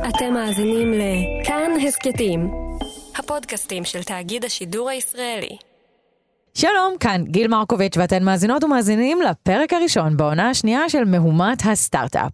אתם מאזינים לכאן הסקטים, הפודקאסטים של תאגיד השידור הישראלי. שלום, כאן גיל מרקוביץ' ואתן מאזינות ומאזינים לפרק הראשון בעונה השנייה של מהומת הסטארט-אפ.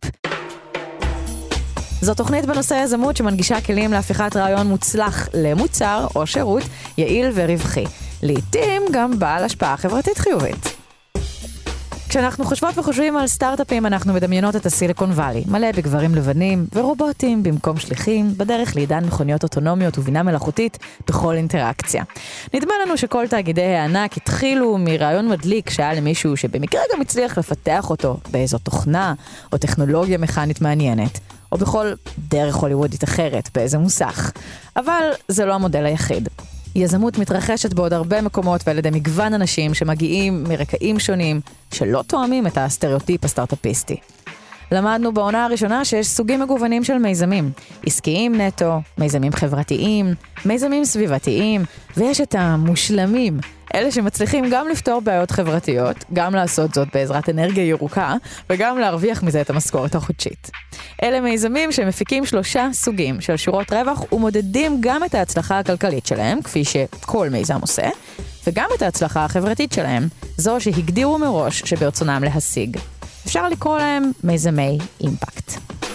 זו תוכנית בנושא יזמות שמנגישה כלים להפיכת רעיון מוצלח למוצר או שירות יעיל ורווחי. לעתים גם בעל השפעה חברתית חיובית. כשאנחנו חושבות וחושבים על סטארט-אפים, אנחנו מדמיינות את הסיליקון ואלי, מלא בגברים לבנים ורובוטים במקום שליחים, בדרך לעידן מכוניות אוטונומיות ובינה מלאכותית בכל אינטראקציה. נדמה לנו שכל תאגידי הענק התחילו מרעיון מדליק שהיה למישהו שבמקרה גם הצליח לפתח אותו באיזו תוכנה או טכנולוגיה מכנית מעניינת, או בכל דרך הוליוודית אחרת, באיזה מוסך. אבל זה לא המודל היחיד. יזמות מתרחשת בעוד הרבה מקומות ועל ידי מגוון אנשים שמגיעים מרקעים שונים שלא תואמים את הסטריאוטיפ הסטארט-אפיסטי. למדנו בעונה הראשונה שיש סוגים מגוונים של מיזמים, עסקיים נטו, מיזמים חברתיים, מיזמים סביבתיים, ויש את המושלמים, אלה שמצליחים גם לפתור בעיות חברתיות, גם לעשות זאת בעזרת אנרגיה ירוקה, וגם להרוויח מזה את המשכורת החודשית. אלה מיזמים שמפיקים 3 סוגים של שורות רווח ומודדים גם את ההצלחה הכלכלית שלהם, כפי שכל מיזם עושה, וגם את ההצלחה החברתית שלהם, זו שהגדירו מראש שברצונם להשיג. אפשר לקרוא להם מיזמי אימפקט.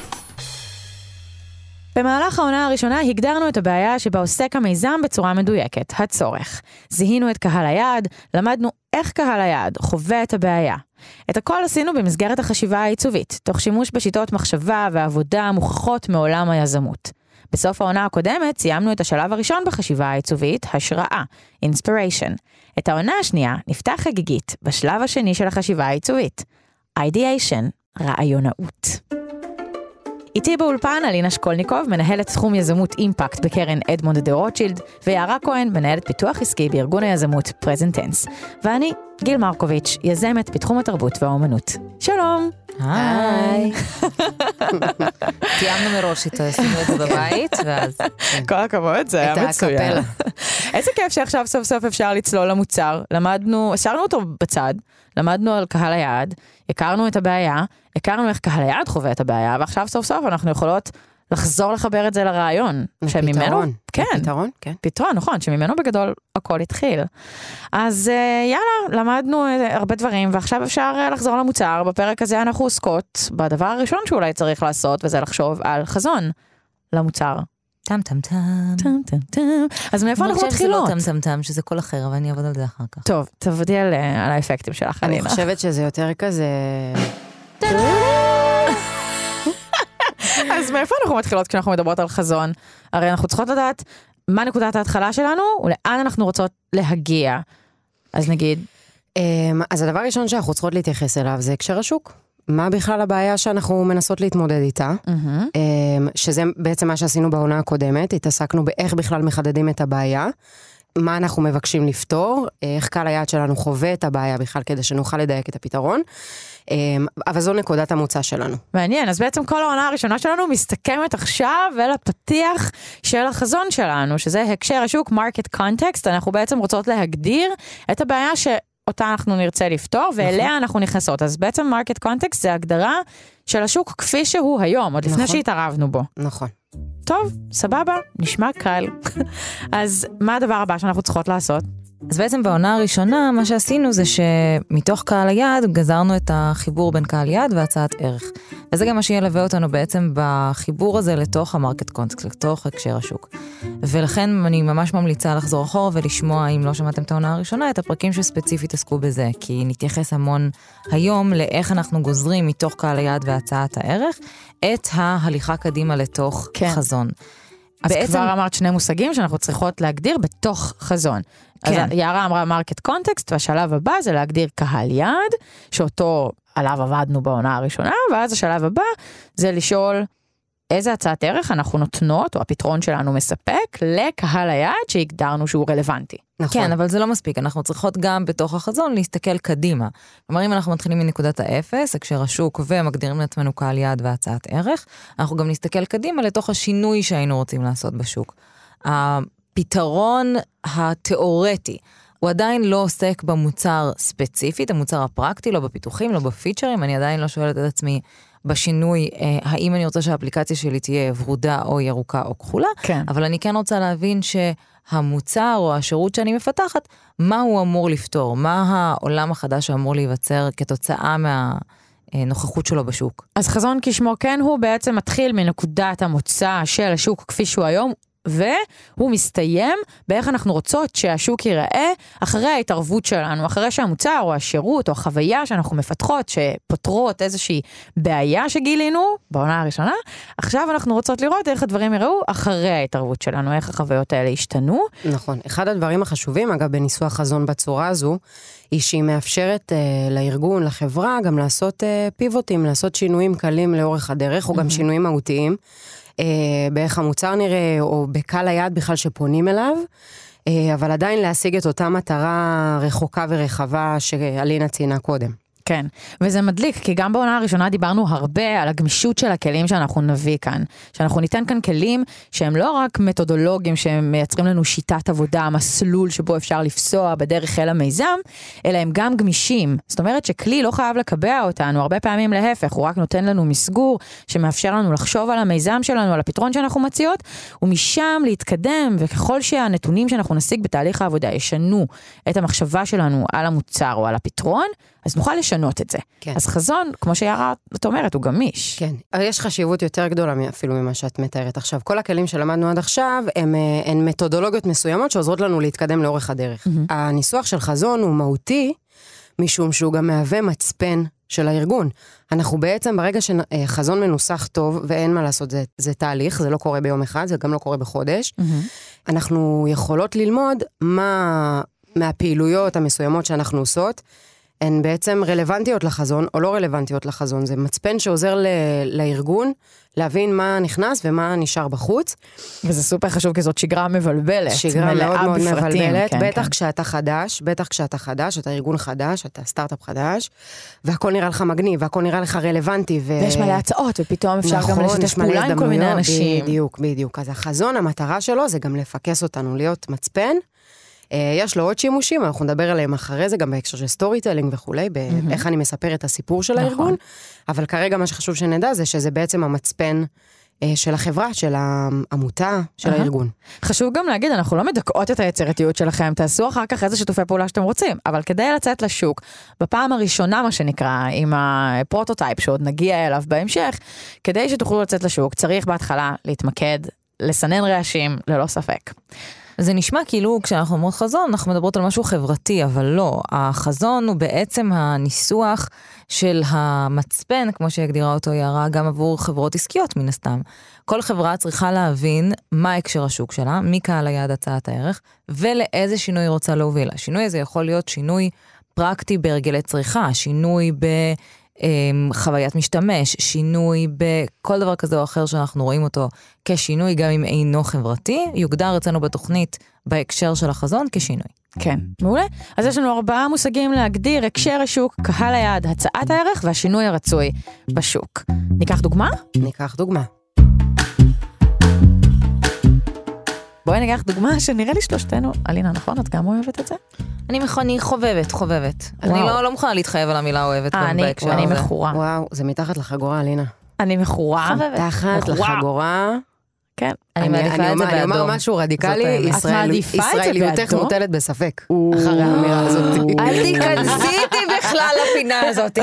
במהלך העונה הראשונה הגדרנו את הבעיה שבה עוסק המיזם בצורה מדויקת, הצורך. זיהינו את קהל היעד, למדנו איך קהל היעד חווה את הבעיה. את הכל עשינו במסגרת החשיבה העיצובית, תוך שימוש בשיטות מחשבה ועבודה מוכחות מעולם היזמות. בסוף העונה הקודמת סיימנו את השלב הראשון בחשיבה העיצובית, השראה, inspiration. את העונה השנייה נפתח חגיגית בשלב השני של החשיבה העיצובית, ideation, רעיונאות. איתי באולפן אלינה שקולניקוב, מנהלת תחום יזמות אימפקט בקרן אדמונד דה רוטשילד, ויערה כהן, מנהלת פיתוח עסקי בארגון היזמות פרזנט טנס. ואני, גיל מרקוביץ', יזמת בתחום התרבות והאומנות. שלום. היי. תיאמנו מראש איתו, עשינו את זה בבית, ואז... כל הכבוד, זה היה מצוין. איזה כיף שעכשיו סוף סוף אפשר לצלול למוצר. למדנו, השארנו אותו בצד, למדנו על קהל היעד, הכרנו את הבעיה, הכרנו איך קהל היעד חווה את הבעיה, ועכשיו סוף סוף אנחנו יכולות לחזור לחבר את זה לרעיון. פתרון. כן. פתרון, כן. פתרון, נכון, שממנו בגדול הכל התחיל. אז יאללה, למדנו הרבה דברים, ועכשיו אפשר לחזור למוצר. בפרק הזה אנחנו עוסקות בדבר הראשון שאולי צריך לעשות, וזה לחשוב על חזון למוצר. טם טם טם. טם טם טם. אז מאיפה אנחנו מתחילות? שזה לא טם טם טם, שזה כל אחר, אבל אני אעבוד על זה אחר כך. טוב, תעבדי על האפקטים שלך, אני אלינה. חושבת שזה יותר כזה... אז מאיפה אנחנו מתחילות כשאנחנו מדברות על חזון? הרי אנחנו צריכות לדעת מה נקודת ההתחלה שלנו, ולאן אנחנו רוצות להגיע. אז נגיד... אז הדבר הראשון שאנחנו צריכות להתייחס אליו זה הקשר השוק. מה בכלל הבעיה שאנחנו מנסות להתמודד איתה? שזה בעצם מה שעשינו בעונה הקודמת, התעסקנו באיך בכלל מחדדים את הבעיה, מה אנחנו מבקשים לפתור, איך קהל היעד שלנו חווה את הבעיה בכלל כדי שנוכל לדייק את הפתרון, אבל זו נקודת המוצא שלנו. מעניין, אז בעצם כל העונה הראשונה שלנו מסתכמת עכשיו אל הפתיח של החזון שלנו, שזה הקשר השוק, market context. אנחנו בעצם רוצות להגדיר את הבעיה שאותה אנחנו נרצה לפתור, ואליה אנחנו נכנסות. אז בעצם market context זה הגדרה של השוק כפי שהוא היום, עוד לפני שהתערבנו בו. נכון. טוב, סבבה, נשמע קל. אז מה הדבר הבא שאנחנו צריכות לעשות? אז בעצם בעונה הראשונה, מה שעשינו זה שמתוך קהל היעד, גזרנו את החיבור בין קהל יעד והצעת ערך. וזה גם מה שילווה אותנו בעצם בחיבור הזה לתוך המרקט קונטקסט, לתוך הקשר השוק. ולכן אני ממש ממליצה לחזור אחורה ולשמוע, אם לא שמעתם את העונה הראשונה, את הפרקים שספציפית עסקו בזה, כי נתייחס המון היום לאיך אנחנו גוזרים מתוך קהל היעד והצעת הערך, את ההליכה קדימה לתוך חזון. אז בעצם... כבר אמרת 2 מושגים שאנחנו צריכות להגדיר בתוך חזון. כן. אז יערה אמרה מרקט קונטקסט, והשלב הבא זה להגדיר קהל יעד, שאותו עליו עבדנו בעונה הראשונה, ואז השלב הבא זה לשאול איזה הצעת ערך אנחנו נותנות, או הפתרון שלנו מספק, לקהל היעד שהגדרנו שהוא רלוונטי. נכון. כן, אבל זה לא מספיק, אנחנו צריכות גם בתוך החזון להסתכל קדימה. כלומר, אם אנחנו מתחילים מנקודת האפס, הקשר השוק ומגדירים לעצמנו קהל יעד והצעת ערך, אנחנו גם נסתכל קדימה לתוך השינוי שהיינו רוצים לעשות בשוק. הפתרון התיאורטי, הוא עדיין לא עוסק במוצר ספציפית, המוצר הפרקטי, לא בפיתוחים, לא בפיצ'רים, אני עדיין לא שואלת את עצמי, בשינוי, האם אני רוצה שהאפליקציה שלי תהיה ורודה או ירוקה או כחולה, כן. אבל אני כן רוצה להבין שהמוצר או השירות שאני מפתחת, מה הוא אמור לפתור, מה העולם החדש שאמור להיווצר כתוצאה מהנוכחות שלו בשוק. אז חזון כשמו כן הוא בעצם מתחיל מנקודת המוצא של השוק כפי שהוא היום, והוא מסתיים באיך אנחנו רוצות שהשוק ייראה אחרי ההתערבות שלנו, אחרי שהמוצר או השירות או החוויה שאנחנו מפתחות, שפותרות איזושהי בעיה שגילינו בעונה הראשונה, עכשיו אנחנו רוצות לראות איך הדברים יראו אחרי ההתערבות שלנו, איך החוויות האלה השתנו. נכון. אחד הדברים החשובים, אגב, בניסוח חזון בצורה הזו, היא שהיא מאפשרת לארגון, לחברה, גם לעשות פיבוטים, לעשות שינויים קלים לאורך הדרך, או גם שינויים מהותיים. באיך המוצר נראה, או בקהל היעד בכלל שפונים אליו, אבל עדיין להשיג את אותה מטרה רחוקה ורחבה שאלינה ציינה קודם. כן, וזה מדליק, כי גם בעונה הראשונה דיברנו הרבה על הגמישות של הכלים שאנחנו נביא כאן, שאנחנו ניתן כאן כלים שהם לא רק מתודולוגים שהם מייצרים לנו שיטת עבודה, מסלול שבו אפשר לפסוע בדרך אל המיזם, אלא הם גם גמישים. זאת אומרת שכלי לא חייב לקבע אותנו, הרבה פעמים להפך, הוא רק נותן לנו מסגור שמאפשר לנו לחשוב על המיזם שלנו, על הפתרון שאנחנו מציעות, ומשם להתקדם, וככל שהנתונים שאנחנו נשיג בתהליך העבודה ישנו את המחשבה שלנו על המוצר או על הפתרון, אז נוכל לשנות את זה. כן. אז חזון, כמו שיערה, את אומרת, הוא גמיש. כן, אבל יש חשיבות יותר גדולה אפילו ממה שאת מתארת עכשיו. כל הכלים שלמדנו עד עכשיו, הן מתודולוגיות מסוימות שעוזרות לנו להתקדם לאורך הדרך. הניסוח של חזון הוא מהותי, משום שהוא גם מהווה מצפן של הארגון. אנחנו בעצם, ברגע שחזון מנוסח טוב, ואין מה לעשות, זה תהליך, זה לא קורה ביום אחד, זה גם לא קורה בחודש, אנחנו יכולות ללמוד מה מהפעילויות המסוימות שאנחנו עושות, הן בעצם רלוונטיות לחזון, או לא רלוונטיות לחזון. זה מצפן שעוזר לארגון להבין מה נכנס ומה נשאר בחוץ. וזה סופר חשוב, כי זאת שגרה מבלבלת. שגרה מאוד מאוד מבלבלת, כן, בטח כן. כשאתה חדש, אתה ארגון חדש, אתה סטארט-אפ חדש, והכל נראה לך מגניב, והכל נראה לך רלוונטי. ויש מלא הצעות, ופתאום אפשר נכון, גם לשתף פעולה עם כל מיני אנשים. בדיוק. אז החזון, המטרה שלו, זה גם לפקס אותנו, להיות מצפן, יש לו עוד שימושים, אנחנו נדבר עליהם אחרי זה, גם בהקשר של סטורי טלינג וכולי, באיך אני מספר את הסיפור של הארגון, אבל כרגע מה שחשוב שנדע זה שזה בעצם המצפן של החברה, של העמותה, של הארגון. חשוב גם להגיד, אנחנו לא מדכאות את היצירתיות שלכם, תעשו אחר כך איזה שיתופי פעולה שאתם רוצים, אבל כדי לצאת לשוק, בפעם הראשונה מה שנקרא, עם הפרוטוטייפ שעוד נגיע אליו בהמשך, כדי שתוכלו לצאת לשוק, צריך בהתחלה להתמקד, לסנן רעשים, ללא ספק. זה נשמע כאילו כשאנחנו אומרות חזון, אנחנו מדברות על משהו חברתי, אבל לא. החזון הוא בעצם הניסוח של המצפן, כמו שהגדירה אותו יערה, גם עבור חברות עסקיות מן הסתם. כל חברה צריכה להבין מה הקשר השוק שלה, מי קהל היעד הצעת הערך, ולאיזה שינוי היא רוצה להוביל. השינוי הזה יכול להיות שינוי פרקטי בהרגלי צריכה, שינוי בחוויית משתמש, שינוי בכל דבר כזה או אחר שאנחנו רואים אותו כשינוי, גם אם אינו חברתי, יוגדר אצלנו בתוכנית בהקשר של החזון כשינוי. כן, מעולה. אז יש לנו 4 מושגים להגדיר הקשר השוק, קהל היעד, הצעת הערך והשינוי הרצוי בשוק. ניקח דוגמה? ניקח דוגמה. בואי ניקח דוגמה שנראה לי שלושתנו, אלינה, נכון? את גם אוהבת את זה? אני חובבת. אני לא מוכנה להתחייב על המילה אוהבת גם בהקשר הזה. אני מכורה. וואו, זה מתחת לחגורה, אלינה. אני מכורה. תחת לחגורה. כן. אני מעדיפה את זה באדום. אני אומר משהו רדיקלי, ישראליותך מוטלת בספק. אחרי האמירה הזאת. אל תיכנסיתי בכלל לפינה הזאת.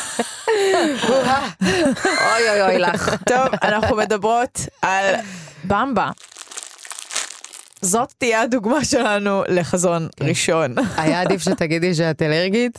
אוי לך. טוב, אנחנו מדברות על במבה. זאת תהיה הדוגמה שלנו לחזון ראשון. היה עדיף שתגידי שאת אלרגית.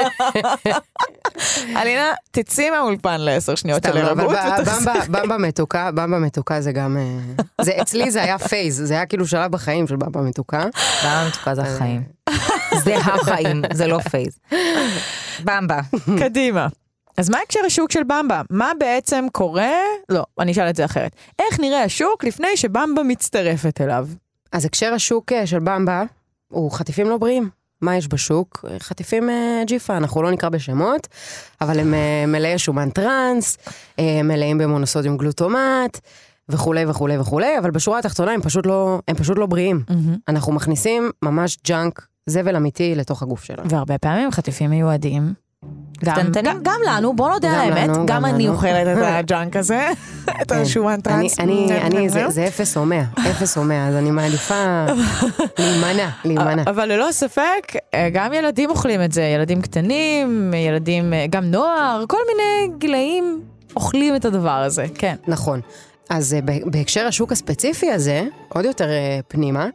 אלינה, תצאי מהאולפן ל10 שניות של הרגות. במבה מתוקה זה גם... אצלי זה היה פייז, זה היה כאילו שלב בחיים של במבה מתוקה. במבה מתוקה זה החיים. זה החיים, זה לא פייז. במבה. קדימה. אז מה הקשר השוק של במבה? מה בעצם קורה? לא, אני אשאל את זה אחרת. איך נראה השוק לפני שבמבה מצטרפת אליו? אז הקשר השוק של במבה הוא חטיפים לא בריאים. מה יש בשוק? חטיפים ג'יפה, אנחנו לא נקרא בשמות, אבל הם מלאי שומן טרנס, מלאים במונוסודיום גלוטומט, וכולי וכולי וכולי, אבל בשורה התחתונה הם פשוט לא בריאים. אנחנו מכניסים ממש ג'אנק, זבל אמיתי לתוך הגוף שלנו. והרבה פעמים חטיפים מיועדים גם לנו, בוא נודה על האמת, גם אני אוכלת את הג'אנק הזה, את השומן טרנס. זה 0 או 100, 0 או 100, אז אני מעדיפה להימנע. אבל ללא ספק, גם ילדים אוכלים את זה, ילדים קטנים, ילדים, גם נוער, כל מיני גילאים אוכלים את הדבר הזה, כן. נכון. אז בהקשר השוק הספציפי הזה, עוד יותר פנימה,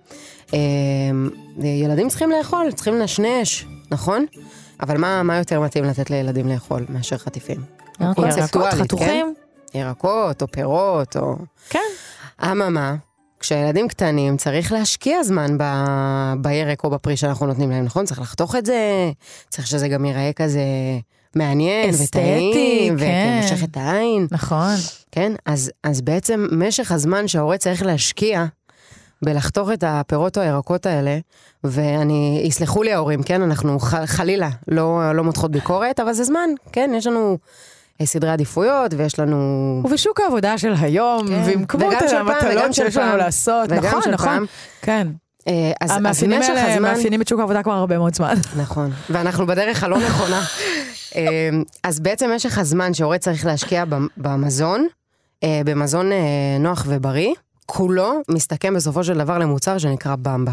ילדים צריכים לאכול, צריכים לנשנש, נכון? אבל מה יותר מתאים לתת לילדים לאכול מאשר חטיפים? ירקות, חתוכים. ירקות או פירות או... כן. אממה, כשהילדים קטנים צריך להשקיע זמן בירק או בפרי שאנחנו נותנים להם, נכון? צריך לחתוך את זה, צריך שזה גם ייראה כזה מעניין וטעים, ומושך את העין. נכון. כן, אז בעצם משך הזמן שההורה צריך להשקיע בלחתוך את הפירות או הירקות האלה, ואני, יסלחו לי ההורים, כן, אנחנו חלילה לא מותחות ביקורת, אבל זה זמן, כן, יש לנו סדרי עדיפויות, ויש לנו... ובשוק העבודה של היום, ועם כמות המטלות שיש לנו לעשות, נכון, כן. המאפיינים האלה מאפיינים את שוק העבודה כבר הרבה מאוד זמן. נכון, ואנחנו בדרך הלא נכונה. אז בעצם משך הזמן שההורה צריך להשקיע במזון, במזון נוח ובריא, כולו מסתכם בסופו של דבר למוצר שנקרא במבה.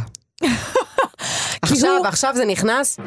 עכשיו זה נכנס.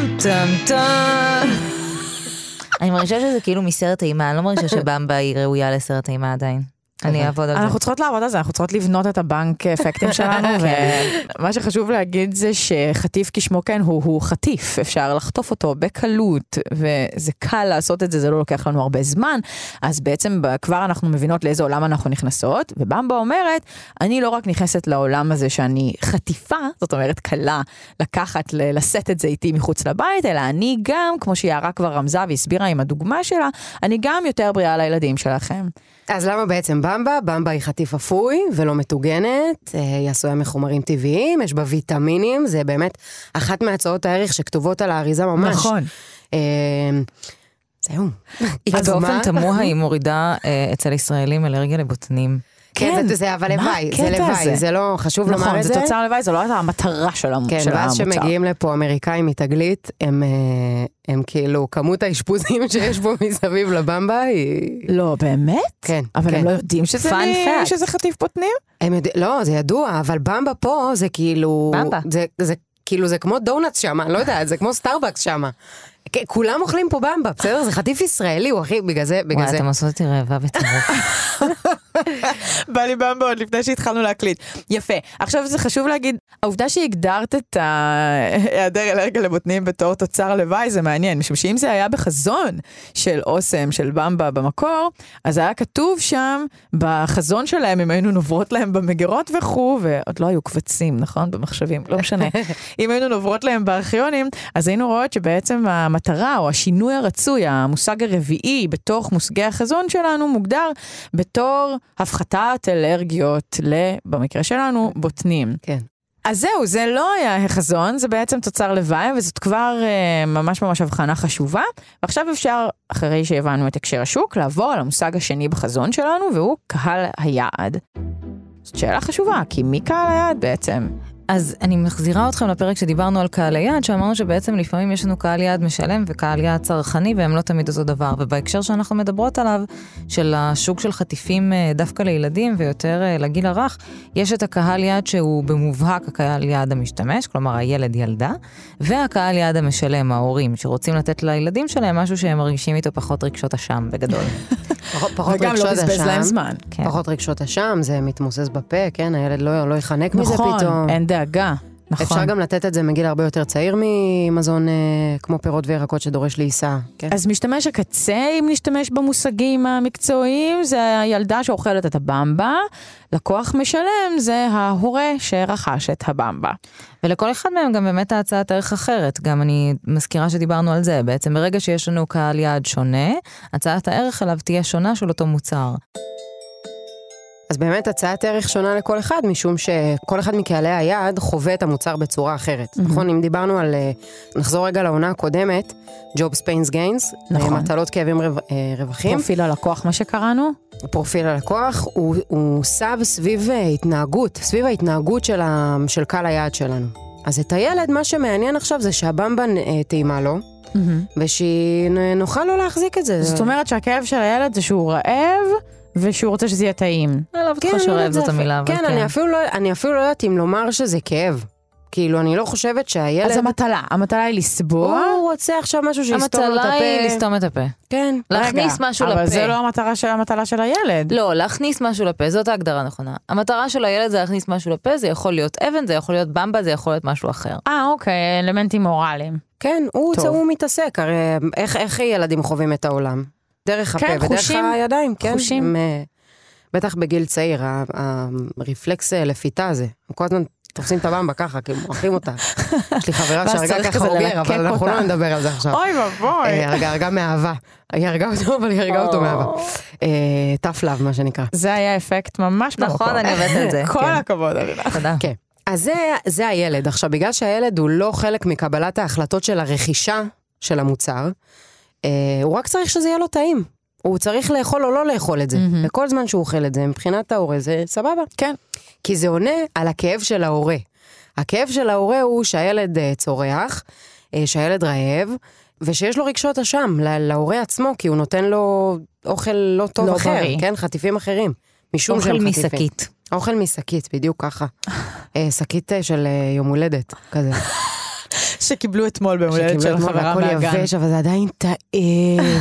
אני מרגישה שזה כאילו מסרט אימה, אני לא מרגישה שבמבה היא ראויה לסרט אימה עדיין. אני אעבוד על זה. אנחנו צריכות לעבוד על זה, אנחנו צריכות לבנות את הבנק אפקטים שלנו, ומה שחשוב להגיד זה שחטיף כשמו כן הוא חטיף, אפשר לחטוף אותו בקלות, וזה קל לעשות את זה, זה לא לוקח לנו הרבה זמן, אז בעצם כבר אנחנו מבינות לאיזה עולם אנחנו נכנסות, ובמבה אומרת, אני לא רק נכנסת לעולם הזה שאני חטיפה, זאת אומרת קלה לקחת, לשאת את זה איתי מחוץ לבית, אלא אני גם, כמו שיערה כבר רמזה והסבירה עם הדוגמה שלה, אני גם יותר בריאה לילדים שלכם. אז למה בעצם במבה? במבה היא חטיף אפוי ולא מטוגנת, היא עשויה מחומרים טבעיים, יש בה ויטמינים, זה באמת אחת מהצעות הערך שכתובות על האריזה ממש. נכון. זהו. אז באופן תמוה היא מורידה אצל ישראלים אלרגיה לבוטנים. כן, זה אבל לוואי, זה לוואי, זה לא חשוב לומר את זה. נכון, זה תוצר לוואי, זה לא הייתה המטרה של המוצר. כן, ואז שמגיעים לפה אמריקאים מתגלית, הם כאילו, כמות האשפוזים שיש פה מסביב לבמבה היא... לא, באמת? כן. אבל הם לא יודעים שזה חטיף בוטנים? לא, זה ידוע, אבל במבה פה זה כאילו... במבה. זה כאילו, זה כמו דונאטס שם, אני לא יודעת, זה כמו סטארבקס שם. כולם אוכלים פה במבה, בסדר? זה חטיף ישראלי, הוא הכי, בגלל זה. וואי, אתם עושות אותי רעבה בטירוף. בא לי במבה עוד לפני שהתחלנו להקליט. יפה. עכשיו זה חשוב להגיד, העובדה שהגדרת את היעדר אלרגיה לבוטנים בתור תוצר לוואי, זה מעניין, משום שאם זה היה בחזון של אוסם, של במבה במקור, אז היה כתוב שם, בחזון שלהם, אם היינו נוברות להם במגירות וכו', ועוד לא היו קבצים, נכון? במחשבים, לא משנה. אם היינו נוברות להם בארכיונים, אז היינו רואות שבעצם המטרה או השינוי הרצוי, המושג הרביעי בתוך מושגי החזון שלנו, מוגדר בתור הפחתת אלרגיות במקרה שלנו, בוטנים. כן. אז זהו, זה לא היה החזון, זה בעצם תוצר לוואי, וזאת כבר ממש ממש הבחנה חשובה. ועכשיו אפשר, אחרי שהבנו את הקשר השוק, לעבור על המושג השני בחזון שלנו, והוא קהל היעד. זאת שאלה חשובה, כי מי קהל היעד בעצם? אז אני מחזירה אתכם לפרק שדיברנו על קהל היעד, שאמרנו שבעצם לפעמים יש לנו קהל יעד משלם וקהל יעד צרכני, והם לא תמיד אותו דבר. ובהקשר שאנחנו מדברות עליו, של השוק של חטיפים דווקא לילדים ויותר לגיל הרך, יש את הקהל יעד שהוא במובהק הקהל יעד המשתמש, כלומר הילד ילדה, והקהל יעד המשלם, ההורים, שרוצים לתת לילדים שלהם משהו שהם מרגישים איתו פחות רגשות אשם בגדול. פחות רגשות אשם, פחות רגשות אשם, זה מתמוסס בפה, כן, הילד לא יחנק מזה פתאום. נכון, אין דאגה. נכון. אפשר גם לתת את זה מגיל הרבה יותר צעיר ממזון כמו פירות וירקות שדורש להיסה. כן? אז משתמש הקצה, אם נשתמש במושגים המקצועיים, זה הילדה שאוכלת את הבמבה, לקוח משלם זה ההורה שרכש את הבמבה. ולכל אחד מהם גם באמת ההצעת ערך אחרת, גם אני מזכירה שדיברנו על זה, בעצם ברגע שיש לנו קהל יעד שונה, הצעת הערך עליו תהיה שונה של אותו מוצר. אז באמת הצעת ערך שונה לכל אחד, משום שכל אחד מקהלי היעד חווה את המוצר בצורה אחרת. נכון? אם דיברנו על, נחזור רגע לעונה הקודמת, Jobs Pains Gains, מטלות כאבים רווחים. פרופיל הלקוח, מה שקראנו? פרופיל הלקוח הוא סב סביב התנהגות, סביב ההתנהגות של קהל היעד שלנו. אז את הילד, מה שמעניין עכשיו זה שהבמבה טעימה לו, ושנוכל לא להחזיק את זה. זאת אומרת שהכאב של הילד זה שהוא רעב, ושהוא רוצה שזה יהיה טעים. לא בטוחה שרעב זאת המילה, אבל כן, אני אפילו לא יודעת אם לומר שזה כאב. כאילו, אני לא חושבת שהילד... אז המטלה היא לסבוע? הוא רוצה עכשיו משהו שיסתום לו את הפה. המטלה היא לסתום את הפה. כן. להכניס משהו לפה. אבל זה לא המטלה של הילד. לא, להכניס משהו לפה, זאת ההגדרה נכונה. המטרה של הילד זה להכניס משהו לפה, זה יכול להיות אבן, זה יכול להיות במבה, זה יכול להיות משהו אחר. אוקיי, אלמנטים מורליים. כן, הוא מתעסק, הרי איך ילדים חווים את העולם? דרך הפה ודרך הידיים, כן? חושים. בטח בגיל צעיר, הרפלקס לפיתה הזה, כל הזמן תופסים את הבמבה ככה, כי מורחים אותה. יש לי חברה שהרגה ככה אוגר, אבל אנחנו לא נדבר על זה עכשיו. אוי ובוי. הרגה מאהבה. היא הרגה אותו, אבל היא הרגה אותו מאהבה. tough love, מה שנקרא. זה היה אפקט ממש במקום. נכון, אני אוהבת את זה. כל הכבוד, אלינה. תודה. כן. אז זה הילד. עכשיו, בגלל שהילד הוא לא חלק מקבלת ההחלטות של הרכישה של המוצר, הוא רק צריך שזה יהיה לו טעים. הוא צריך לאכול או לא לאכול את זה. וכל זמן שהוא אוכל את זה, מבחינת ההורה, זה סבבה. כן. כי זה עונה על הכאב של ההורה. הכאב של ההורה הוא שהילד צורח, שהילד רעב, ושיש לו רגשות אשם להורה עצמו, כי הוא נותן לו אוכל לא טוב לא אחר, בריא. כן? חטיפים אחרים. משום אוכל שהם חטיפים. משקית. אוכל משקית, בדיוק ככה. שקית של יום הולדת, כזה. שקיבלו אתמול במולדת של חברה מהגן. הכל יבש, אבל זה עדיין טעים.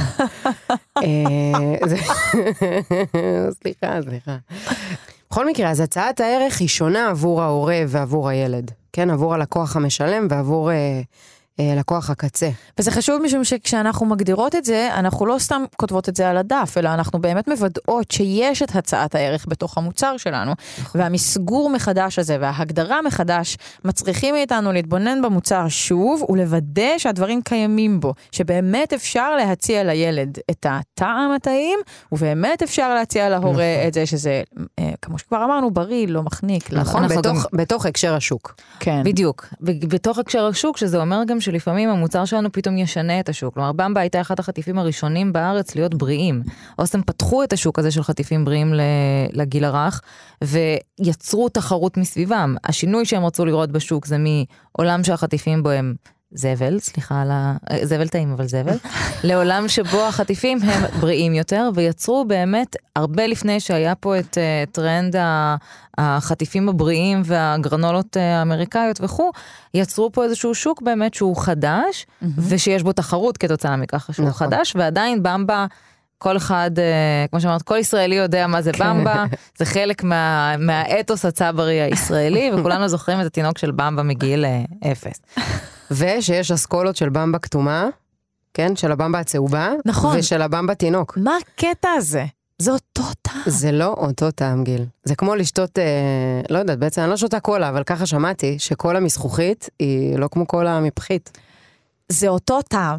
סליחה. בכל מקרה, אז הצעת הערך היא שונה עבור ההורה ועבור הילד. כן, עבור הלקוח המשלם ועבור לקוח הקצה. וזה חשוב משום שכשאנחנו מגדירות את זה, אנחנו לא סתם כותבות את זה על הדף, אלא אנחנו באמת מוודאות שיש את הצעת הערך בתוך המוצר שלנו, והמסגור מחדש הזה וההגדרה מחדש מצריכים מאיתנו להתבונן במוצר שוב, ולוודא שהדברים קיימים בו, שבאמת אפשר להציע לילד את הטעם הטעים, ובאמת אפשר להציע להורה את זה שזה, כמו שכבר אמרנו, בריא, לא מחניק. נכון, בתוך הקשר השוק. כן. בדיוק. בתוך הקשר השוק, שזה אומר גם שלפעמים המוצר שלנו פתאום ישנה את השוק. כלומר, במבה הייתה אחד החטיפים הראשונים בארץ להיות בריאים. אוסם פתחו את השוק הזה של חטיפים בריאים לגיל הרך, ויצרו תחרות מסביבם. השינוי שהם רצו לראות בשוק זה מעולם שהחטיפים בו הם זבל, סליחה על זבל טעים, אבל זבל, לעולם שבו החטיפים הם בריאים יותר, ויצרו באמת, הרבה לפני שהיה פה את טרנד החטיפים הבריאים והגרנולות האמריקאיות וכו', יצרו פה איזשהו שוק באמת שהוא חדש, ושיש בו תחרות כתוצאה מכך שהוא חדש, ועדיין במבה, כל אחד, כמו שאמרת, כל ישראלי יודע מה זה במבה, זה חלק מהאתוס הצברי הישראלי, וכולנו זוכרים את התינוק של במבה מגיל 0. ושיש אסכולות של במבה כתומה, כן, של הבמבה הצהובה, נכון. ושל הבמבה תינוק. מה הקטע הזה? זה אותו טעם. זה לא אותו טעם, גיל. זה כמו לשתות, לא יודעת, בעצם אני לא שותה קולה, אבל ככה שמעתי שקולה מזכוכית היא לא כמו קולה מפחית. זה אותו טעם.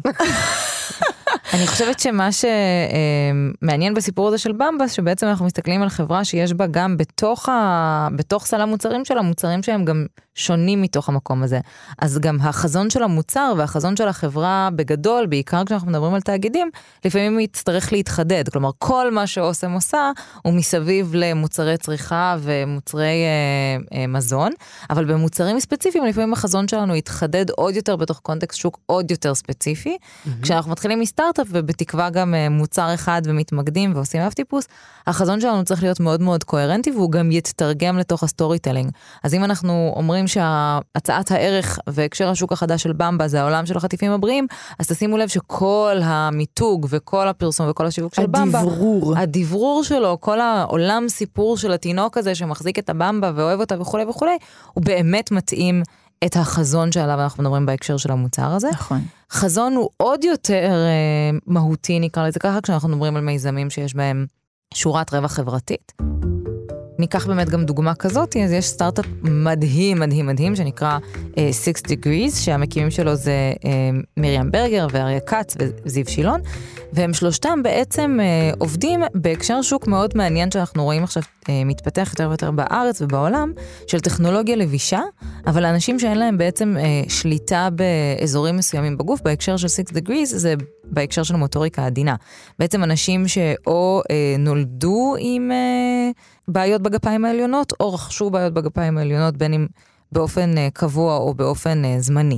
אני חושבת שמה שמעניין בסיפור הזה של במבה, שבעצם אנחנו מסתכלים על חברה שיש בה גם בתוך סל המוצרים שלה, מוצרים שהם גם שונים מתוך המקום הזה. אז גם החזון של המוצר והחזון של החברה בגדול, בעיקר כשאנחנו מדברים על תאגידים, לפעמים הוא יצטרך להתחדד. כלומר, כל מה שאוסם עושה הוא מסביב למוצרי צריכה ומוצרי מזון, אבל במוצרים ספציפיים, לפעמים החזון שלנו יתחדד עוד יותר בתוך קונטקסט שוק עוד יותר ספציפי. כשאנחנו מתחילים מסטארט-אפ ובתקווה גם מוצר אחד ומתמקדים ועושים אף טיפוס, החזון שלנו צריך להיות מאוד מאוד קוהרנטי, והוא גם יתתרגם לתוך הסטורי טלינג. אז אם אנחנו אומרים שהצעת הערך והקשר השוק החדש של במבה זה העולם של החטיפים הבריאים, אז תשימו לב שכל המיתוג וכל הפרסום וכל השיווק של במבה, הדברור שלו, כל העולם סיפור של התינוק הזה שמחזיק את הבמבה ואוהב אותה וכו' וכו', הוא באמת מתאים את החזון שעליו אנחנו מדברים בהקשר של המוצר הזה. נכון. חזון הוא עוד יותר מהותי, נקרא לזה ככה, כשאנחנו מדברים על מיזמים שיש בהם שורת רווח חברתית. ניקח באמת גם דוגמה כזאת, אז יש סטארט-אפ מדהים, מדהים, מדהים, שנקרא 6 Degrees, שהמקימים שלו זה מרים ברגר ואריה קץ וזיו שילון, והם שלושתם בעצם עובדים בהקשר שוק מאוד מעניין שאנחנו רואים עכשיו מתפתח יותר ויותר בארץ ובעולם, של טכנולוגיה לבישה, אבל האנשים שאין להם בעצם שליטה באזורים מסוימים בגוף, בהקשר של 6 Degrees, זה בהקשר של מוטוריקה עדינה. בעצם אנשים שאו נולדו עם בעיות בגפיים העליונות, או רכשו בעיות בגפיים העליונות, בין אם באופן קבוע או באופן זמני.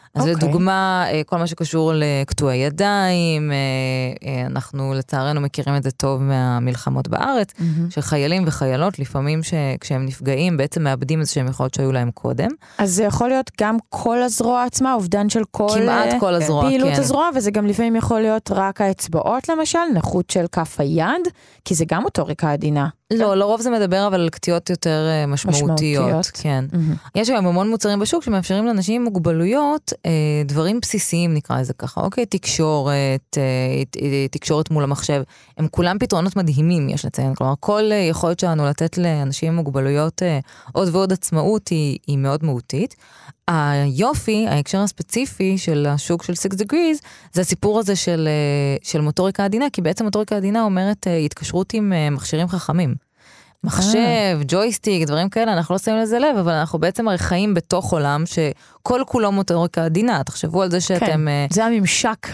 אז לדוגמה, כל מה שקשור לקטועי ידיים, אנחנו לצערנו מכירים את זה טוב מהמלחמות בארץ, של חיילים וחיילות, לפעמים כשהם נפגעים, בעצם מאבדים איזה שהם יכולות שהיו להם קודם. אז זה יכול להיות גם כל הזרוע עצמה, אובדן של כמעט כל הזרוע, פעילות כן. הזרוע, וזה גם לפעמים יכול להיות רק האצבעות למשל, נכות של כף היד, כי זה גם מוטוריקה עדינה. לא, לרוב זה מדבר אבל על קטיעות יותר משמעותיות. כן. יש גם המון מוצרים בשוק שמאפשרים לאנשים עם מוגבלויות, דברים בסיסיים נקרא לזה ככה, אוקיי? תקשורת מול המחשב, הם כולם פתרונות מדהימים, יש לציין. כלומר, כל יכולת שלנו לתת לאנשים עם מוגבלויות עוד ועוד עצמאות היא מאוד מהותית. היופי, ההקשר הספציפי של השוק של 6 degrees, זה הסיפור הזה של מוטוריקה עדינה, כי בעצם מוטוריקה עדינה אומרת התקשרות עם מכשירים חכמים. מחשב, ג'ויסטיק, דברים כאלה, אנחנו לא שמים לזה לב, אבל אנחנו בעצם הרי חיים בתוך עולם שכל כולו מוטוריקה עדינה. תחשבו על זה שאתם... כן, זה הממשק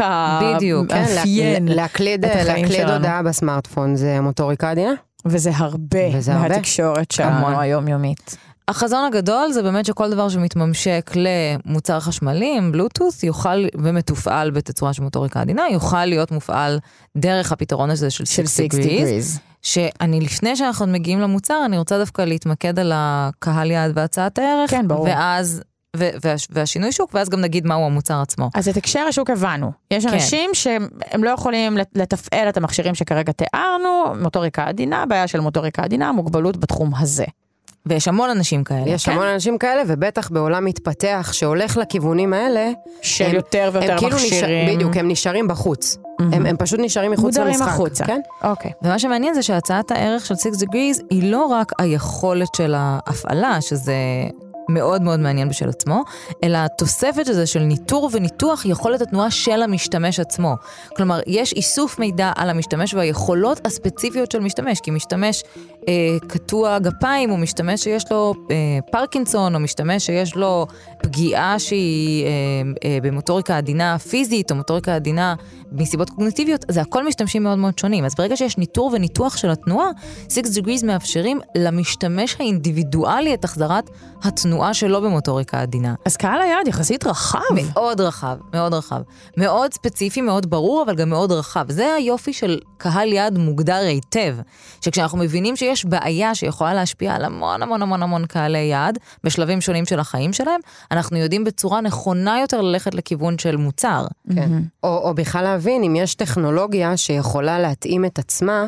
האפיין. להקליד הודעה בסמארטפון זה מוטוריקה עדינה? וזה הרבה מהתקשורת שלנו היומיומית. החזון הגדול זה באמת שכל דבר שמתממשק למוצר חשמלי, עם בלוטות' יוכל ומתופעל בתצורה של מוטוריקה עדינה, יוכל להיות מופעל דרך הפתרון הזה של 6 degrees. שאני לפני שאנחנו מגיעים למוצר, אני רוצה דווקא להתמקד על הקהל יעד והצעת הערך, כן, ברור. והשינוי שוק, ואז גם נגיד מהו המוצר עצמו. אז את הקשר השוק הבנו. יש אנשים שהם לא יכולים לתפעל את המכשירים שכרגע תיארנו, מוטוריקה עדינה, בעיה של מוטוריקה עדינה, מוגבלות בתחום הזה. ויש המון אנשים כאלה. יש המון אנשים כאלה, ובטח בעולם מתפתח שהולך לכיוונים האלה, של יותר ויותר מכשירים. בדיוק, הם נשארים בחוץ. הם פשוט נשארים מחוץ למשחק. מודרים החוצה. כן? אוקיי. ומה שמעניין זה שהצעת הערך של 6 degrees היא לא רק היכולת של ההפעלה, שזה מאוד מאוד מעניין בשל עצמו, אלא התוספת הזה של ניטור וניתוח יכולת התנועה של המשתמש עצמו. כלומר, יש איסוף מידע על המשתמש והיכולות הספציפיות של משתמש, כי משתמש קטוע גפיים, או משתמש שיש לו פרקינסון, או משתמש שיש לו פגיעה שהיא במוטוריקה עדינה פיזית, או מוטוריקה עדינה מסיבות קוגניטיביות, זה הכל משתמשים מאוד מאוד שונים. אז ברגע שיש ניטור וניתוח של התנועה, 6 degrees מאפשרים למשתמש האינדיבידואלי את החזרת התנועה שלו במוטוריקה עדינה. אז קהל היעד יחסית רחב. מאוד רחב, מאוד רחב. מאוד ספציפי, מאוד ברור, אבל גם מאוד רחב. זה היופי של קהל יעד מוגדר היטב, שכשאנחנו מבינים שיש בעיה שיכולה להשפיע על המון המון המון המון קהלי יעד, בשלבים שונים של החיים שלהם, אנחנו יודעים בצורה נכונה יותר ללכת לכיוון של מוצר. כן. או בכלל להבין אם יש טכנולוגיה שיכולה להתאים את עצמה,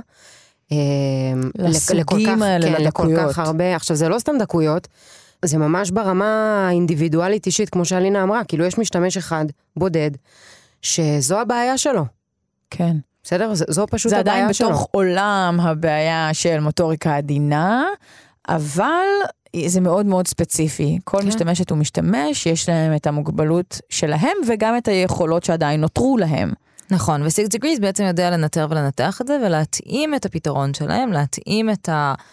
לסוגים האלה, לכל כך הרבה. עכשיו זה לא סתם דקויות, זה ממש ברמה האינדיבידואלית אישית, כמו שאלינה אמרה, כאילו יש משתמש אחד בודד, שזו הבעיה שלו. כן. בסדר? זו פשוט הבעיה שלו. זה עדיין בתוך עולם הבעיה של מוטוריקה עדינה, אבל זה מאוד מאוד ספציפי. כל משתמשת ומשתמש, יש להם את המוגבלות שלהם, וגם את היכולות שעדיין נותרו להם. נכון, ו6 degrees בעצם יודע לנטר ולנתח את זה, ולהתאים את הפתרון שלהם, להתאים את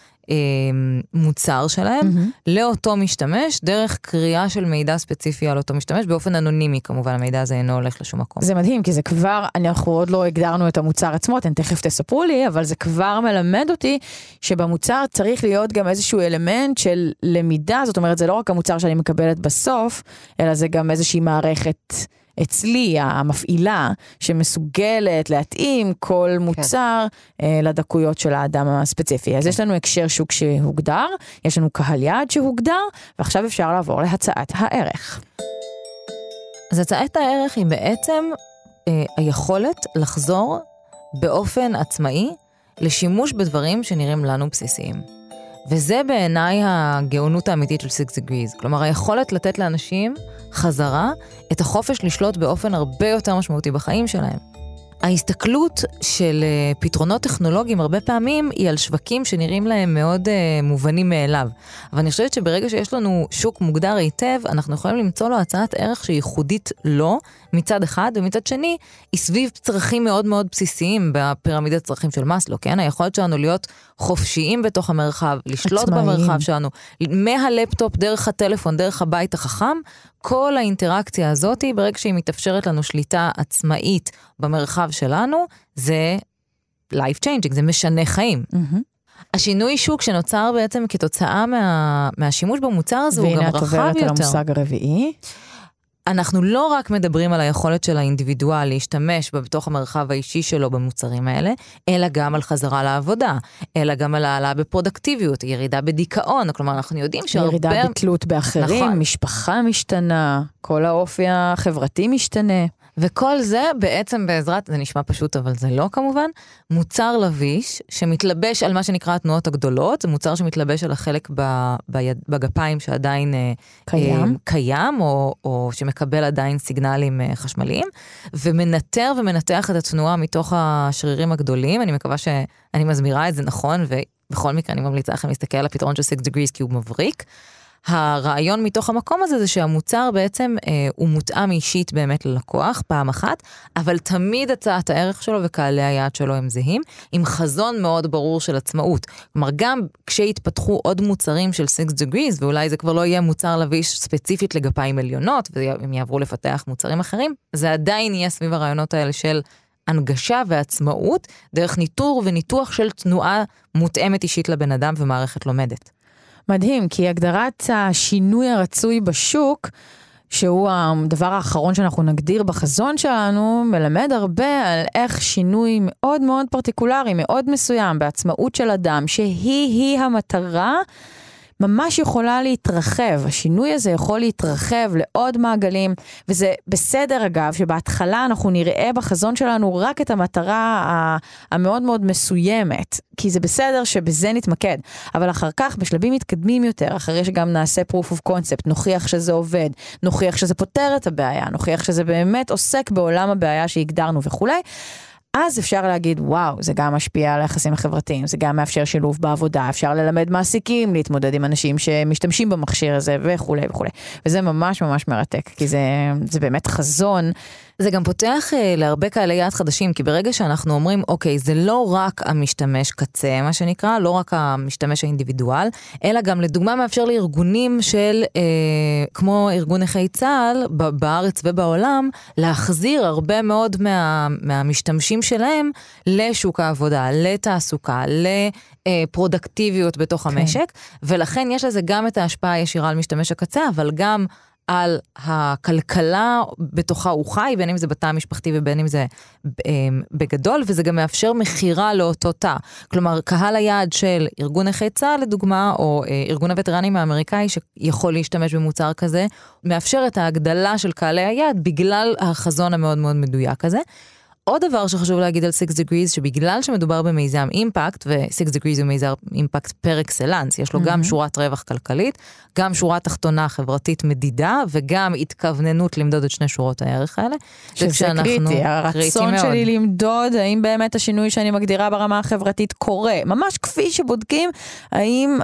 המוצר שלהם, לאותו משתמש, דרך קריאה של מידע ספציפי על אותו משתמש, באופן אנונימי כמובן, המידע הזה אינו הולך לשום מקום. זה מדהים, כי זה כבר, אנחנו עוד לא הגדרנו את המוצר עצמו, אתם תכף תספרו לי, אבל זה כבר מלמד אותי, שבמוצר צריך להיות גם איזשהו אלמנט של למידה, זאת אומרת, זה לא רק המוצר שאני מקבלת בסוף, אלא זה גם איזושהי מערכת אצלי, המפעילה, שמסוגלת להתאים כל מוצר לדקויות של האדם הספציפי. אז יש לנו הקשר שוק שהוגדר, יש לנו קהל יעד שהוגדר, ועכשיו אפשר לעבור להצעת הערך. אז הצעת הערך היא בעצם היכולת לחזור באופן עצמאי לשימוש בדברים שנראים לנו בסיסיים. וזה בעיניי הגאונות האמיתית של 6 degrees. כלומר, היכולת לתת לאנשים חזרה את החופש לשלוט באופן הרבה יותר משמעותי בחיים שלהם. ההסתכלות של פתרונות טכנולוגיים הרבה פעמים היא על שווקים שנראים להם מאוד מובנים מאליו. אבל אני חושבת שברגע שיש לנו שוק מוגדר היטב, אנחנו יכולים למצוא לו הצעת ערך שהיא ייחודית לו, מצד אחד, ומצד שני, היא סביב צרכים מאוד מאוד בסיסיים בפירמידת צרכים של מאסלו, כן? היכולת שלנו להיות חופשיים בתוך המרחב, לשלוט במרחב שלנו, מהלפטופ, דרך הטלפון, דרך הבית החכם, כל האינטראקציה הזאת, ברגע שהיא מתאפשרת לנו שליטה עצמאית במרחב שלנו, זה life changing, זה משנה חיים. השינוי שוק שנוצר בעצם כתוצאה מהשימוש במוצר הזה, הוא גם רחב יותר. והנה את עוברת על המושג הרביעי. אנחנו לא רק מדברים על היכולת של האינדיבידואל להשתמש בתוך המרחב האישי שלו במוצרים האלה, אלא גם על חזרה לעבודה, אלא גם על העלה בפרודקטיביות, ירידה בדיכאון, כלומר אנחנו יודעים שהרבה... ירידה בתלות באחרים, נכון. משפחה משתנה, כל האופי החברתי משתנה. וכל זה בעצם בעזרת, זה נשמע פשוט אבל זה לא כמובן, מוצר לביש שמתלבש על מה שנקרא התנועות הגדולות, זה מוצר שמתלבש על החלק בגפיים שעדיין קיים או שמקבל עדיין סיגנלים חשמליים, ומנטר ומנתח את התנועה מתוך השרירים הגדולים, אני מקווה שאני מסבירה את זה נכון, ובכל מקרה אני ממליצה לכם להסתכל על הפתרון של 6 degrees כי הוא מבריק. הרעיון מתוך המקום הזה זה שהמוצר בעצם הוא מותאם אישית באמת ללקוח, פעם אחת, אבל תמיד הצעת הערך שלו וקהלי היעד שלו הם זהים, עם חזון מאוד ברור של עצמאות. כלומר, גם כשיתפתחו עוד מוצרים של 6 degrees, ואולי זה כבר לא יהיה מוצר לביש ספציפית לגפיים עליונות, והם יעברו לפתח מוצרים אחרים, זה עדיין יהיה סביב הרעיונות האלה של הנגשה ועצמאות, דרך ניטור וניתוח של תנועה מותאמת אישית לבן אדם ומערכת לומדת. מדהים, כי הגדרת השינוי הרצוי בשוק, שהוא הדבר האחרון שאנחנו נגדיר בחזון שלנו, מלמד הרבה על איך שינוי מאוד מאוד פרטיקולרי, מאוד מסוים, בעצמאות של אדם, שהיא המטרה, ממש יכולה להתרחב. השינוי הזה יכול להתרחב לעוד מעגלים, וזה בסדר אגב, שבהתחלה אנחנו נראה בחזון שלנו רק את המטרה המאוד מאוד מסוימת, כי זה בסדר שבזה נתמקד, אבל אחר כך בשלבים מתקדמים יותר, אחרי שגם נעשה proof of concept, נוכיח שזה עובד, נוכיח שזה פותר את הבעיה, נוכיח שזה באמת עוסק בעולם הבעיה שהגדרנו וכו'. אז אפשר להגיד, וואו, זה גם משפיע על היחסים החברתיים, זה גם מאפשר שילוב בעבודה, אפשר ללמד מעסיקים, להתמודד עם אנשים שמשתמשים במכשיר הזה וכו' וכו'. וזה ממש ממש מרתק, כי זה באמת חזון. זה גם פותח להרבה קהלי יעד חדשים, כי ברגע שאנחנו אומרים, אוקיי, זה לא רק המשתמש קצה, מה שנקרא, לא רק המשתמש האינדיבידואל, אלא גם לדוגמה מאפשר לארגונים של, כמו ארגון נכי צה"ל, בארץ ובעולם, להחזיר הרבה מאוד מהמשתמשים שלהם לשוק העבודה, לתעסוקה, לפרודקטיביות בתוך המשק, ולכן יש לזה גם את ההשפעה הישירה על משתמש הקצה, אבל גם על הכלכלה בתוכה הוא חי, בין אם זה בתא המשפחתי ובין אם זה בגדול, וזה גם מאפשר מחירה לאותו תא. כלומר, קהל היעד של ארגון נכי צה"ל, לדוגמה, או ארגון הווטרנים האמריקאי שיכול להשתמש במוצר כזה, מאפשר את ההגדלה של קהלי היעד בגלל החזון המאוד מאוד מדויק הזה. עוד דבר שחשוב להגיד על 6 degrees, שבגלל שמדובר במיזם אימפקט, ו6 degrees הוא מיזם אימפקט פר אקסלנס, יש לו גם שורת רווח כלכלית, גם שורה תחתונה חברתית מדידה, וגם התכווננות למדוד את שני שורות הערך האלה. שזה קריטי, הרצון שלי למדוד, האם באמת השינוי שאני מגדירה ברמה החברתית קורה, ממש כפי שבודקים, האם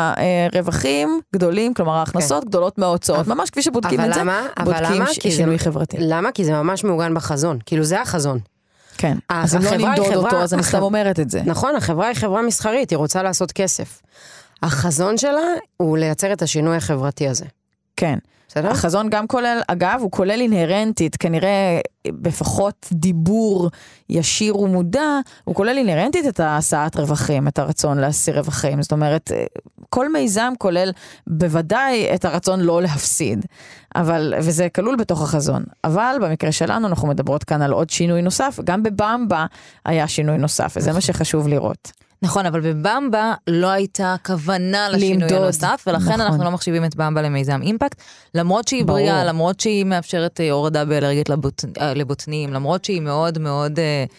הרווחים גדולים, כלומר ההכנסות גדולות מההוצאות, ממש כפי שבודקים את זה, בודקים שינוי חברתי. למה? כי זה ממש מעוגן בחזון, כאילו זה החזון. כן, אז אם לא נמדוד אותו, אז אני סתם אומרת את זה. נכון, החברה היא חברה מסחרית, היא רוצה לעשות כסף. החזון שלה הוא לייצר את השינוי החברתי הזה. כן. בסדר? החזון גם כולל, אגב, הוא כולל אינהרנטית, כנראה בפחות דיבור ישיר ומודע, הוא כולל אינהרנטית את ההשאת רווחים, את הרצון להשיא רווחים. זאת אומרת, כל מיזם כולל בוודאי את הרצון לא להפסיד. וזה כלול בתוך החזון. אבל במקרה שלנו אנחנו מדברות כאן על עוד שינוי נוסף, גם בבמבה היה שינוי נוסף, וזה מה שחשוב לראות. נכון, אבל בבמבה לא הייתה כוונה לשינוי הנוסף, ולכן אנחנו לא מחשיבים את במבה למיזם אימפקט, למרות שהיא בריאה, למרות שהיא מאפשרת הורדה באלרגיות לבוטנים, למרות שהיא מאוד מאוד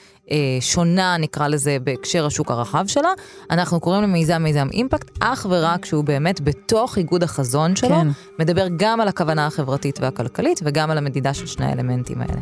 שונה, נקרא לזה, בהקשר השוק הרחב שלה, אנחנו קוראים למיזם אימפקט, אך ורק שהוא באמת בתוך איגוד החזון שלו, מדבר גם על הכוונה החברתית והכלכלית, וגם על המדידה של שני האלמנטים האלה.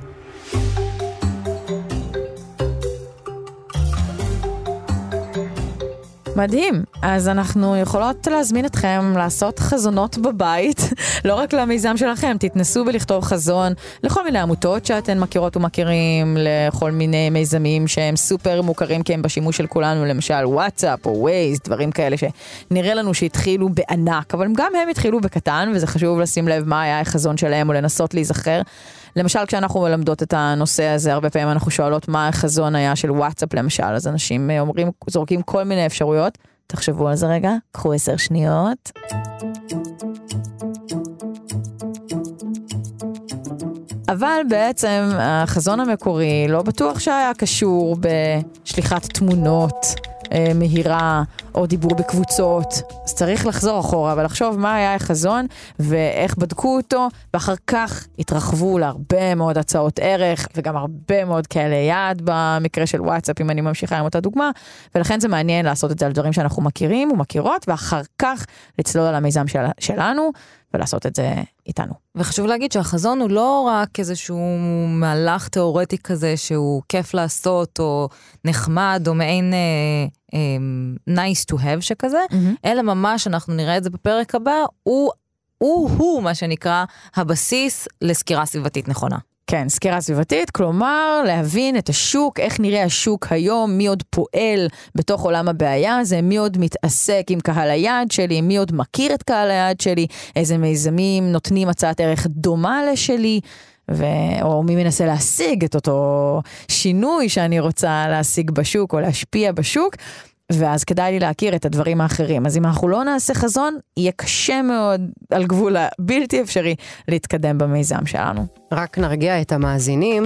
מדהים, אז אנחנו יכולות להזמין אתכם לעשות חזונות בבית, לא רק למיזם שלכם, תתנסו בלכתוב חזון לכל מיני עמותות שאתן מכירות ומכירים, לכל מיני מיזמים שהם סופר מוכרים כי הם בשימוש של כולנו, למשל וואטסאפ או ווייז, דברים כאלה שנראה לנו שהתחילו בענק, אבל גם הם התחילו בקטן, וזה חשוב לשים לב מה היה החזון שלהם או לנסות להיזכר. למשל, כשאנחנו מלמדות את הנושא הזה, הרבה פעמים אנחנו שואלות מה החזון היה של וואטסאפ למשל, אז אנשים אומרים, זורקים כל מיני אפשרויות, תחשבו על זה רגע, קחו 10 שניות. אבל בעצם החזון המקורי לא בטוח שהיה קשור בשליחת תמונות מהירה או דיבור בקבוצות. אז צריך לחזור אחורה ולחשוב מה היה החזון ואיך בדקו אותו, ואחר כך התרחבו להרבה מאוד הצעות ערך וגם הרבה מאוד כאלה יעד במקרה של וואטסאפ, אם אני ממשיכה עם אותה דוגמה, ולכן זה מעניין לעשות את זה על דברים שאנחנו מכירים ומכירות, ואחר כך לצלול על המיזם שלנו ולעשות את זה איתנו. וחשוב להגיד שהחזון הוא לא רק איזשהו מהלך תיאורטי כזה שהוא כיף לעשות או נחמד או מעין nice to have שכזה, אלא ממש, אנחנו נראה את זה בפרק הבא, הוא מה שנקרא הבסיס לסקירה סביבתית נכונה. כן, סקירה סביבתית, כלומר להבין את השוק, איך נראה השוק היום, מי עוד פועל בתוך עולם הבעיה הזה, מי עוד מתעסק עם קהל היעד שלי, מי עוד מכיר את קהל היעד שלי, איזה מיזמים נותנים הצעת ערך דומה לשלי, או מי מנסה להשיג את אותו שינוי שאני רוצה להשיג בשוק או להשפיע בשוק, ואז כדאי לי להכיר את הדברים האחרים. אז אם אנחנו לא נעשה חזון, יהיה קשה מאוד על גבול הבלתי אפשרי להתקדם במיזם שלנו. רק נרגיע את המאזינים,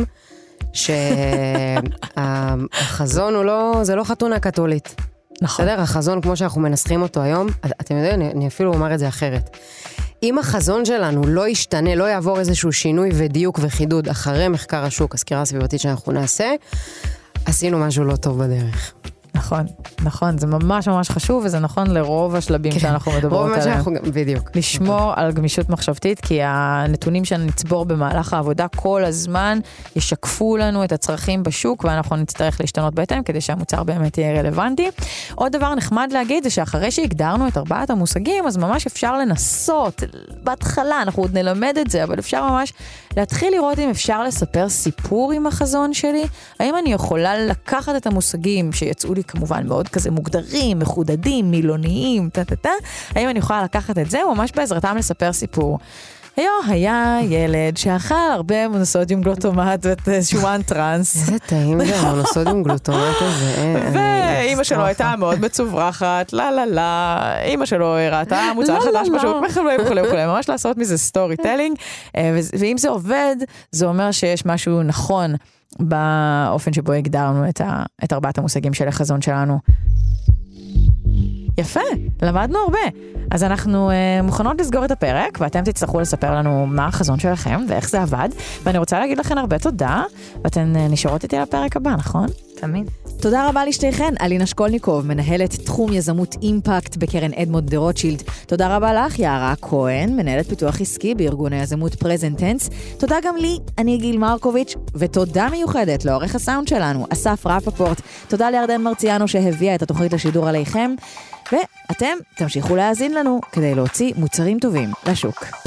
שהחזון הוא לא, זה לא חתונה קתולית. נכון. בסדר? החזון כמו שאנחנו מנסחים אותו היום, אתם יודעים, אני אפילו אומר את זה אחרת. אם החזון שלנו לא ישתנה, לא יעבור איזשהו שינוי ודיוק וחידוד אחרי מחקר השוק, הסקירה הסביבתית שאנחנו נעשה, עשינו משהו לא טוב בדרך. נכון, נכון, זה ממש ממש חשוב, וזה נכון לרוב השלבים שאנחנו מדברות עליהם. בדיוק. לשמור על גמישות מחשבתית, כי הנתונים שנצבור במהלך העבודה כל הזמן ישקפו לנו את הצרכים בשוק, ואנחנו נצטרך להשתנות בהתאם, כדי שהמוצר באמת יהיה רלוונטי. עוד דבר נחמד להגיד, זה שאחרי שהגדרנו את 4 המושגים, אז ממש אפשר לנסות, בהתחלה, אנחנו עוד נלמד את זה, אבל אפשר ממש להתחיל לראות אם אפשר לספר סיפור עם החזון שלי, האם אני יכולה לקחת את המושגים שיצאו לי כמובן מאוד כזה מוגדרים, מחודדים, מילוניים, האם אני יכולה לקחת את זה, ממש בעזרתם לספר סיפור. היה ילד שאכל הרבה מונוסודיום גלוטומט ושומן טרנס. איזה טעים זה, המונוסודיום גלוטומט הזה. ואימא שלו הייתה מאוד מצוברחת, אמא שלו הראתה מוצר חדש פשוט, וכולי, ממש לעשות מזה סטורי טלינג, ואם זה עובד, זה אומר שיש משהו נכון באופן שבו הגדרנו את 4 המושגים של החזון שלנו. יפה, למדנו הרבה. אז אנחנו מוכנות לסגור את הפרק, ואתם תצטרכו לספר לנו מה החזון שלכם ואיך זה עבד, ואני רוצה להגיד לכם הרבה תודה, ואתן נשארות איתי לפרק הבא, נכון? תמיד. תודה רבה לשתיכן, אלינה שקולניקוב, מנהלת תחום יזמות אימפקט בקרן אדמונד דה רוטשילד. תודה רבה לך, יערה כהן, מנהלת פיתוח עסקי בארגון היזמות פרזנטנס. תודה גם לי, אני גיל מרקוביץ', ותודה מיוחדת לעורך הסאונד שלנו, אסף רפפורט. תודה לירדן מרציאנו שהביאה את התוכנית לשידור עליכם, ואתם תמשיכו להאזין לנו כדי להוציא מוצרים טובים לשוק.